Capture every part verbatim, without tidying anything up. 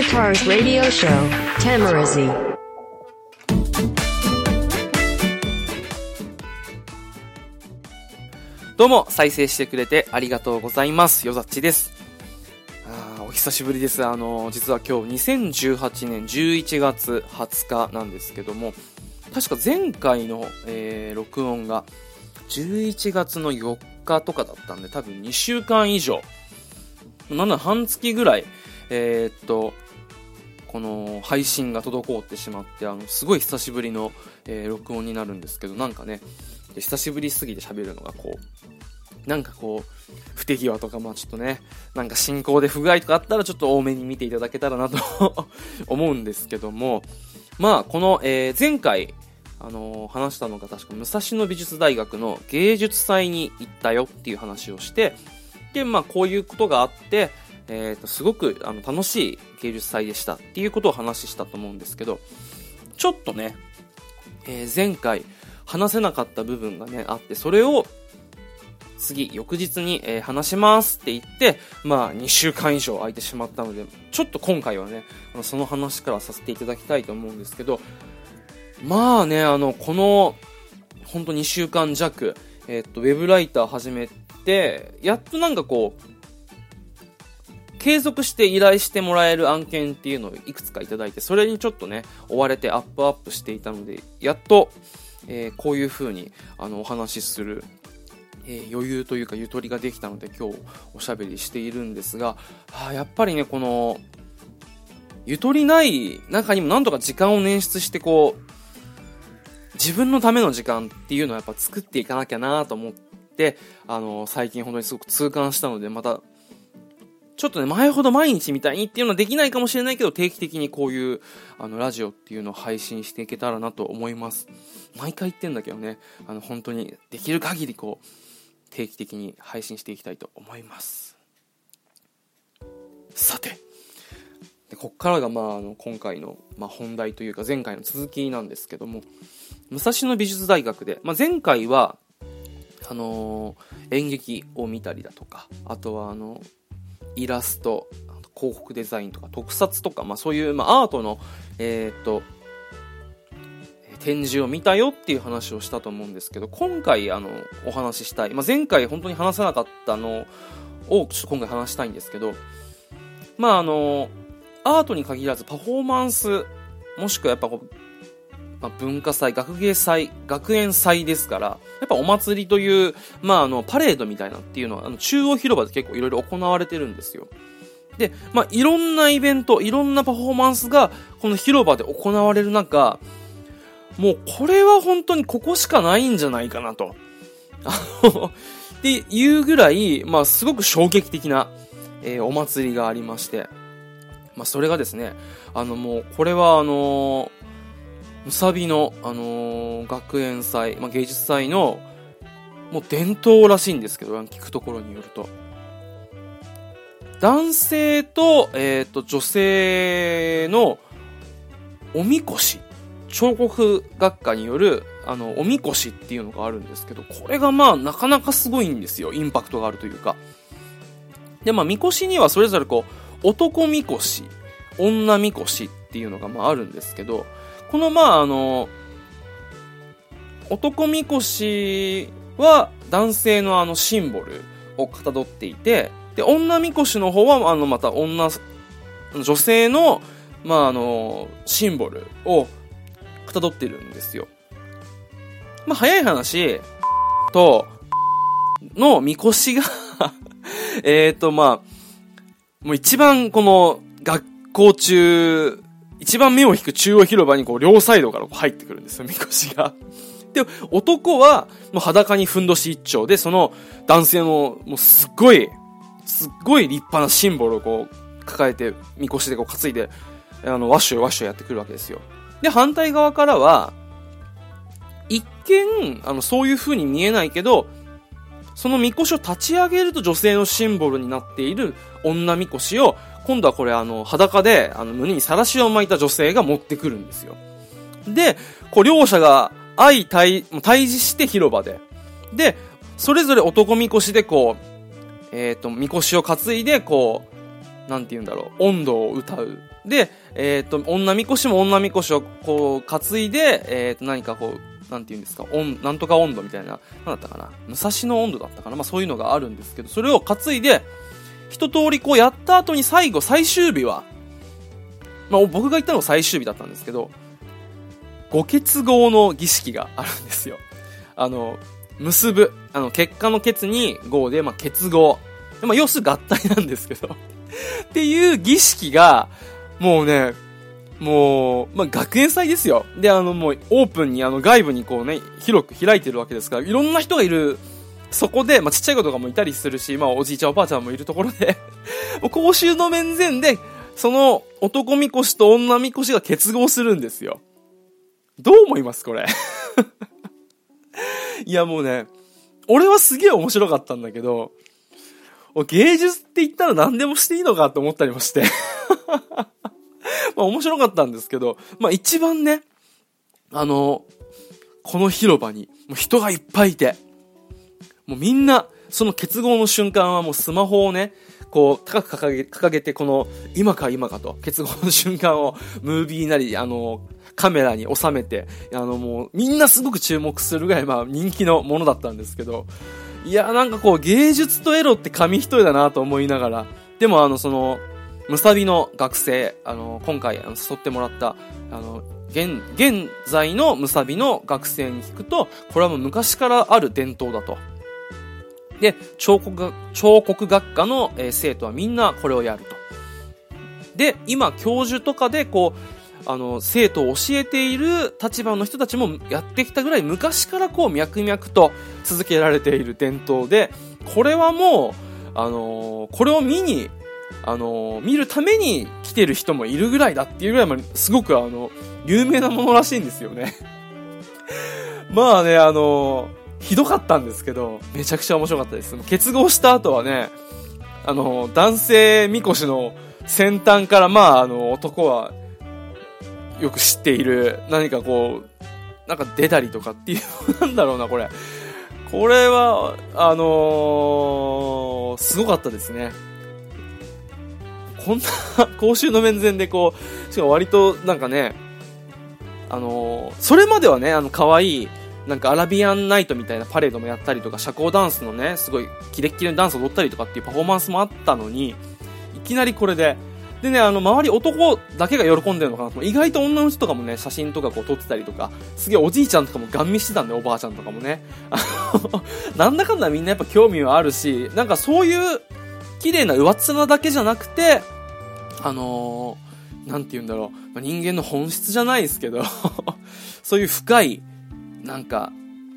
Minotaur's radio show, Tamarazi. どうも再生してくれてありがとうございます。よざっちです。あーお久しぶりです。あの実は今日にせんじゅうはちねんじゅういちがつはつかなんですけども、確か前回の、えー、録音がじゅういちがつのよっかとかだったんで、多分にしゅうかん以上、なんだ半月ぐらいえー、っとこの配信が滞ってしまって、あのすごい久しぶりの、えー、録音になるんですけど、なんかね久しぶりすぎて喋るのがこうなんかこう不手際とか、まあちょっとねなんか進行で不具合とかあったらちょっと多めに見ていただけたらなと思うんですけども、まあこの、えー、前回あのー、話したのが確か武蔵野美術大学の芸術祭に行ったよっていう話をして、でまあこういうことがあって、えー、とすごくあの楽しい芸術祭でしたっていうことを話したと思うんですけど、ちょっとね、えー、前回話せなかった部分がねあって、それを次翌日に、えー、話しますって言って、まあにしゅうかん以上空いてしまったので、ちょっと今回はねその話からさせていただきたいと思うんですけど、まあねあのこのほんとにしゅうかん弱、えー、っとウェブライター始めてやっとなんかこう継続して依頼してもらえる案件っていうのをいくつかいただいて、それにちょっとね追われてアップアップしていたので、やっと、えー、こういう風にあのお話しする、えー、余裕というかゆとりができたので今日おしゃべりしているんですが、あやっぱりねこのゆとりない中にもなんとか時間を捻出してこう自分のための時間っていうのをやっぱ作っていかなきゃなと思って、あの最近本当にすごく痛感したので、またちょっとね前ほど毎日みたいにっていうのはできないかもしれないけど、定期的にこういうあのラジオっていうのを配信していけたらなと思います。毎回言ってんだけどね、あの本当にできる限りこう定期的に配信していきたいと思います。さてでこっからが、まあ、あの今回の、まあ、本題というか前回の続きなんですけども、武蔵野美術大学で、まあ、前回はあのー、演劇を見たりだとか、あとはあのイラスト、広告デザインとか特撮とか、まあ、そういう、まあ、アートの、えー、っと展示を見たよっていう話をしたと思うんですけど、今回あのお話ししたい、まあ、前回本当に話せなかったのをちょっと今回話したいんですけど、まああのアートに限らずパフォーマンス、もしくはやっぱこう、まあ、文化祭、学芸祭、学園祭ですから、やっぱお祭りという、まああのパレードみたいなっていうのはあの中央広場で結構いろいろ行われてるんですよ。で、まあいろんなイベント、いろんなパフォーマンスがこの広場で行われる中、もうこれは本当にここしかないんじゃないかなとあのっていうぐらい、まあすごく衝撃的な、えー、お祭りがありまして、まあそれがですね、あのもうこれはあのー、むさびのあのー、学園祭、まあ芸術祭のもう伝統らしいんですけど、聞くところによると男性とえっと女性のおみこし、彫刻学科によるあのおみこしっていうのがあるんですけど、これがまあなかなかすごいんですよ。インパクトがあるというか。でまあみこしにはそれぞれこう男みこし、女みこしっていうのがまああるんですけど、このまああの男みこしは男性のあのシンボルをかたどっていて、で女みこしの方はあのまた女女性のまああのシンボルをかたどってるんですよ。まあ早い話とのみこしがえっとまあもう一番この学校中一番目を引く中央広場にこう両サイドからこう入ってくるんですよ、みこしが。で男はもう裸にふんどし一丁で、その男性のもうすっごいすっごい立派なシンボルをこう抱えてみこしでこう担いであのワッショイワッショイやってくるわけですよ。で反対側からは一見あのそういう風に見えないけど、そのみこしを立ち上げると女性のシンボルになっている女みこしを、今度はこれあの裸であの胸にさらしを巻いた女性が持ってくるんですよ。でこう両者が相対対峙して広場で、でそれぞれ男みこしでこうえっとみこしを担いでこうなんて言うんだろう、音頭を歌う。で、えっと、女みこしも女みこしをこう、担いで、えっと、何かこう、なんて言うんですか、音、なんとか温度みたいな、なんだったかな、武蔵野温度だったかな、まあそういうのがあるんですけど、それを担いで、一通りこうやった後に最後、最終日は、まあ僕が言ったのが最終日だったんですけど、ご結合の儀式があるんですよ。あの、結ぶ、あの、結果の結に合で、まあ結合。まあ要するに合体なんですけど、っていう儀式が、もうね、もう、まあ、学園祭ですよ。で、あの、もう、オープンに、あの、外部にこうね、広く開いてるわけですから、いろんな人がいる、そこで、まあ、ちっちゃい子とかもいたりするし、まあ、おじいちゃんおばあちゃんもいるところで、もう公衆の面前で、その、男みこしと女みこしが結合するんですよ。どう思いますこれ。いや、もうね、俺はすげえ面白かったんだけど、芸術って言ったら何でもしていいのかと思ったりもして。まあ面白かったんですけど、まあ一番ね、あの、この広場にもう人がいっぱいいて、もうみんな、その結合の瞬間はもうスマホをね、こう高く掲げ、掲げてこの今か今かと結合の瞬間をムービーなり、あの、カメラに収めて、あのもうみんなすごく注目するぐらいまあ人気のものだったんですけど、いやなんかこう芸術とエロって紙一重だなと思いながら、でもあのその、むさびの学生、あの、今回、あの、誘ってもらった、あの、現、現在のむさびの学生に聞くと、これはもう昔からある伝統だと。で、彫刻、彫刻学科の、えー、生徒はみんなこれをやると。で、今、教授とかで、こう、あの、生徒を教えている立場の人たちもやってきたぐらい、昔からこう、脈々と続けられている伝統で、これはもう、あのー、これを見に、あのー、見るために来てる人もいるぐらいだっていうぐらいまですごくあの、有名なものらしいんですよね。まあね、あのー、ひどかったんですけど、めちゃくちゃ面白かったです。結合した後はね、あのー、男性みこしの先端からまあ、あの、男はよく知っている、何かこう、なんか出たりとかっていう、なんだろうな、これ。これは、あのー、すごかったですね。こんな公衆の面前でこう、しかも割となんかね、あのー、それまではね、あの可愛いなんかアラビアンナイトみたいなパレードもやったりとか、社交ダンスのね、すごいキレッキレのダンスを踊ったりとかっていうパフォーマンスもあったのに、いきなりこれで、でね、あの周り男だけが喜んでるのかなと、意外と女の人とかもね、写真とかこう撮ってたりとか、すげえおじいちゃんとかもガン見してたんで、おばあちゃんとかもね。なんだかんだみんなやっぱ興味はあるし、なんかそういう綺麗な上っ面だけじゃなくて、あのー、なんて言うんだろう、まあ、人間の本質じゃないですけど、そういう深い、なんか、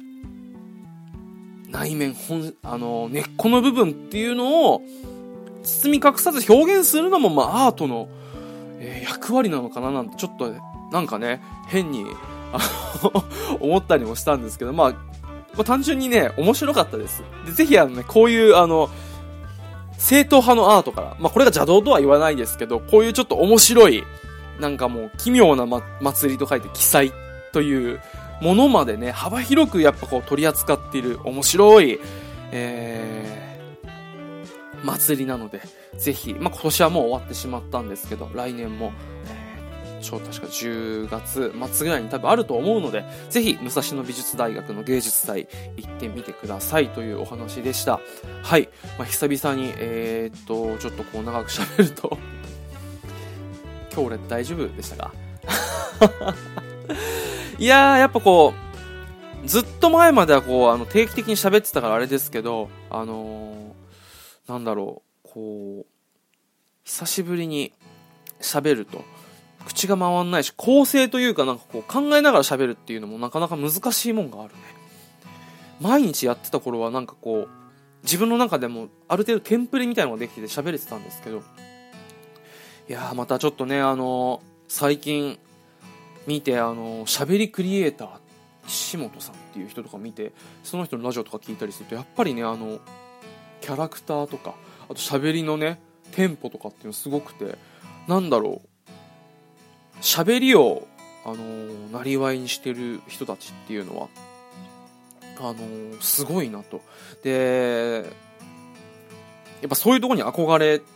内面、本、あのー、根っこの部分っていうのを、包み隠さず表現するのも、まあ、アートの、えー、役割なのかななんて、ちょっと、なんかね、変に、あの思ったりもしたんですけど、まあ、まあ、単純にね、面白かったです。で、ぜひあのね、こういう、あの、正統派のアートから、まあ、これが邪道とは言わないですけど、こういうちょっと面白い、なんかもう奇妙な、ま、祭りと書いて奇祭というものまでね、幅広くやっぱこう取り扱っている面白い、えー、祭りなので、ぜひ、まあ、今年はもう終わってしまったんですけど、来年も、えー、ちょうど確かじゅうがつまつぐらいに多分あると思うので、ぜひ、武蔵野美術大学の芸術祭行ってみてくださいというお話でした。はい。まあ、久々に、えー、っと、ちょっとこう長く喋ると、今日俺大丈夫でしたか？いやー、やっぱこう、ずっと前まではこう、あの、定期的に喋ってたからあれですけど、あのー、なんだろう、こう、久しぶりに喋ると、口が回んないし、構成というかなんかこう、考えながら喋るっていうのもなかなか難しいもんがあるね。毎日やってた頃はなんかこう、自分の中でもある程度テンプレみたいなのができてて喋れてたんですけど、いやーまたちょっとね、あのー、最近見て、あのー、喋りクリエイター岸本さんっていう人とか見て、その人のラジオとか聞いたりすると、やっぱりね、あのキャラクターとか、あと喋りのねテンポとかっていうのすごくて、なんだろう、喋りをあのー、なりわいにしてる人たちっていうのはあのー、すごいなと。で、やっぱそういうところに憧れ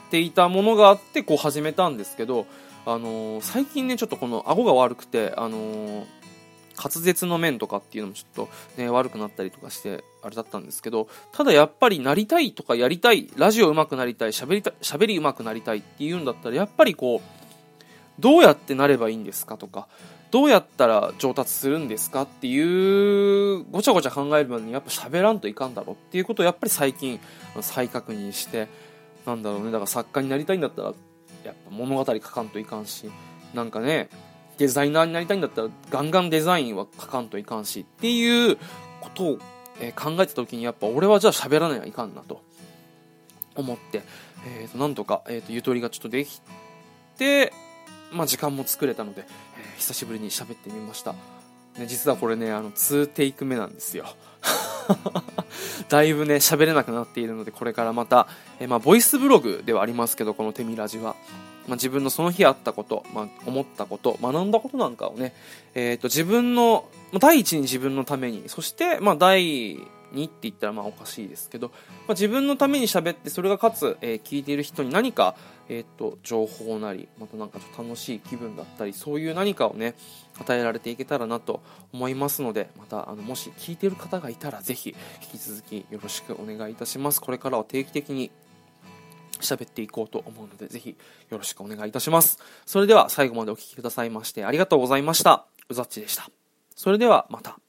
ていたものがあってこう始めたんですけど、あのー、最近ねちょっとこの顎が悪くて、あのー、滑舌の面とかっていうのもちょっとね悪くなったりとかしてあれだったんですけど、ただやっぱりなりたいとかやりたい、ラジオ上手くなりたい、喋りた喋り上手くなりたいっていうんだったら、やっぱりこうどうやってなればいいんですかとか、どうやったら上達するんですかっていうごちゃごちゃ考えるまでにやっぱ喋らんといかんだろうっていうことをやっぱり最近再確認して、なんだろうね、だから作家になりたいんだったらやっぱ物語書かんといかんし、なんかねデザイナーになりたいんだったらガンガンデザインは書かんといかんしっていうことを、えー、考えた時に、やっぱ俺はじゃあ喋らないといかんなと思って、えー、となんとか、えー、とゆとりがちょっとできて、まあ、時間も作れたので、えー、久しぶりに喋ってみました、ね、実はこれねあのにテイク目なんですよだいぶね喋れなくなっているので、これからまた、えー、まあボイスブログではありますけど、このテミラジは、まあ、自分のその日あったこと、まあ、思ったこと、学んだことなんかをね、えー、と自分の第一に自分のために、そしてまあ第にって言ったらまあおかしいですけど、まあ、自分のために喋って、それがかつ、えー、聞いている人に何か、えー、と情報なり、またなんかちょっと楽しい気分だったり、そういう何かをね与えられていけたらなと思いますので、またあのもし聞いている方がいたらぜひ引き続きよろしくお願いいたします。これからは定期的に喋っていこうと思うので、ぜひよろしくお願いいたします。それでは最後までお聞きくださいましてありがとうございました。うざっちでした。それではまた。